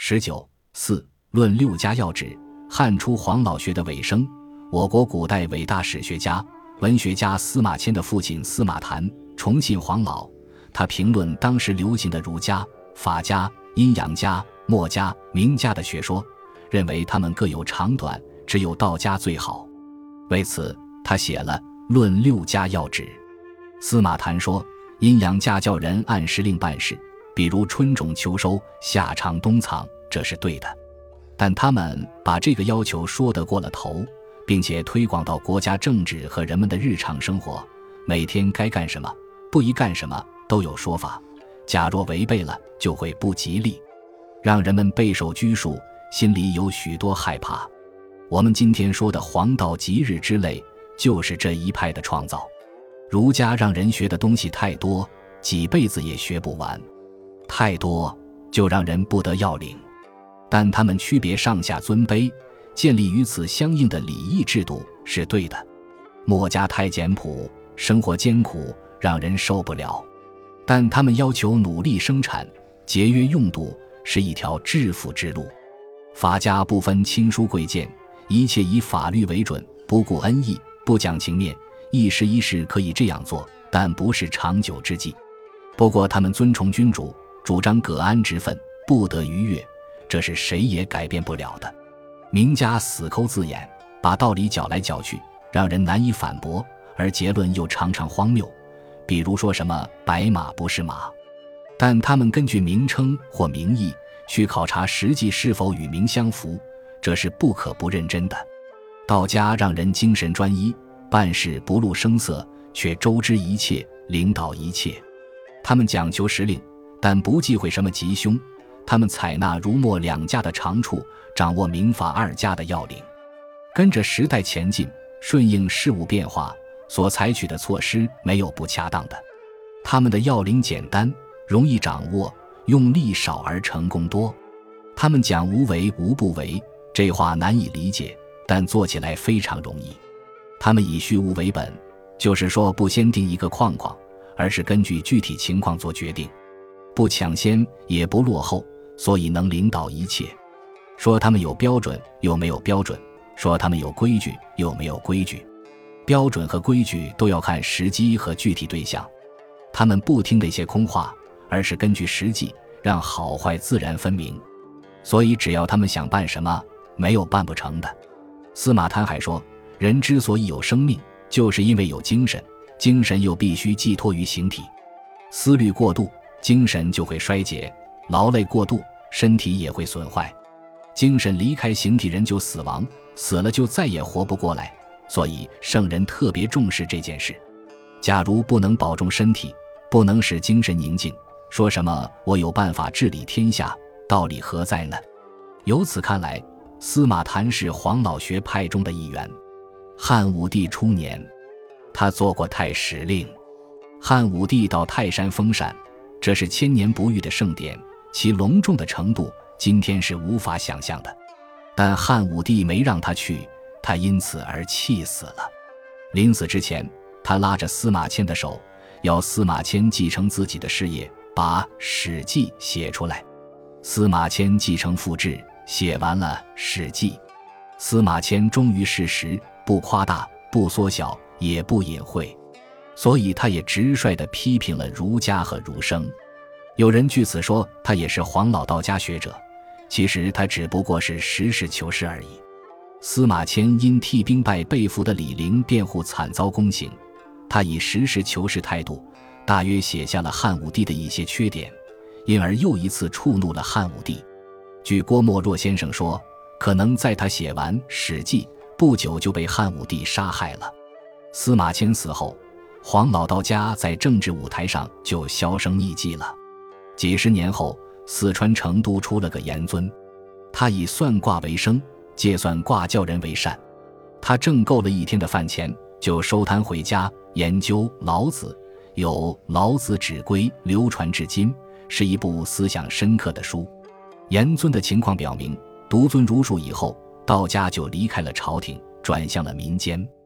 19.4论六家要旨。汉初黄老学的尾声，我国古代伟大史学家、文学家司马迁的父亲司马谈崇信黄老，他评论当时流行的儒家、法家、阴阳家、墨家、名家的学说，认为他们各有长短，只有道家最好。为此他写了《论六家要旨》。司马谈说，阴阳家教人按时令办事，比如春种秋收，夏藏冬藏，这是对的。但他们把这个要求说得过了头，并且推广到国家政治和人们的日常生活，每天该干什么，不宜干什么都有说法，假若违背了就会不吉利，让人们备受拘束，心里有许多害怕。我们今天说的黄道吉日之类，就是这一派的创造。儒家让人学的东西太多，几辈子也学不完，太多就让人不得要领。但他们区别上下尊卑，建立与此相应的礼义制度是对的。墨家太简朴，生活艰苦，让人受不了。但他们要求努力生产，节约用度，是一条致富之路。法家不分亲疏贵贱，一切以法律为准，不顾恩义，不讲情面，一时一事可以这样做，但不是长久之计。不过他们尊崇君主，主张各安之分，不得逾越，这是谁也改变不了的。名家死抠字眼，把道理搅来搅去，让人难以反驳，而结论又常常荒谬，比如说什么白马不是马，但他们根据名称或名义去考察实际是否与名相符，这是不可不认真的。道家让人精神专一，办事不露声色，却周知一切，领导一切。他们讲求时令，但不忌讳什么吉凶。他们采纳儒墨两家的长处，掌握民法二家的要领，跟着时代前进，顺应事物变化，所采取的措施没有不恰当的。他们的要领简单，容易掌握，用力少而成功多。他们讲无为无不为，这话难以理解，但做起来非常容易。他们以虚无为本，就是说不先定一个框框，而是根据具体情况做决定，不抢先也不落后，所以能领导一切。说他们有标准又没有标准，说他们有规矩又没有规矩，标准和规矩都要看时机和具体对象。他们不听那些空话，而是根据实际，让好坏自然分明。所以只要他们想办什么，没有办不成的。司马谈还说，人之所以有生命，就是因为有精神，精神又必须寄托于形体。思虑过度，精神就会衰竭，劳累过度，身体也会损坏。精神离开形体，人就死亡，死了就再也活不过来。所以圣人特别重视这件事。假如不能保重身体，不能使精神宁静，说什么我有办法治理天下，道理何在呢？由此看来，司马谈是黄老学派中的一员。汉武帝初年，他做过太史令。汉武帝到泰山封禅，这是千年不遇的盛典，其隆重的程度今天是无法想象的。但汉武帝没让他去，他因此而气死了。临死之前，他拉着司马迁的手，要司马迁继承自己的事业，把《史记》写出来。司马迁继承父志，写完了《史记》。司马迁忠于事实，不夸大，不缩小，也不隐晦，所以他也直率地批评了儒家和儒生。有人据此说他也是黄老道家学者，其实他只不过是实事求是而已。司马迁因替兵败被俘的李陵辩护惨遭宫刑，他以实事求是态度，大约写下了汉武帝的一些缺点，因而又一次触怒了汉武帝。据郭沫若先生说，可能在他写完《史记》不久就被汉武帝杀害了。司马迁死后，黄老道家在政治舞台上就销声匿迹了。几十年后，四川成都出了个严尊，他以算卦为生，借算卦教人为善。他挣够了一天的饭钱，就收摊回家研究老子，有《老子指归》流传至今，是一部思想深刻的书。严尊的情况表明，独尊儒术以后，道家就离开了朝廷，转向了民间。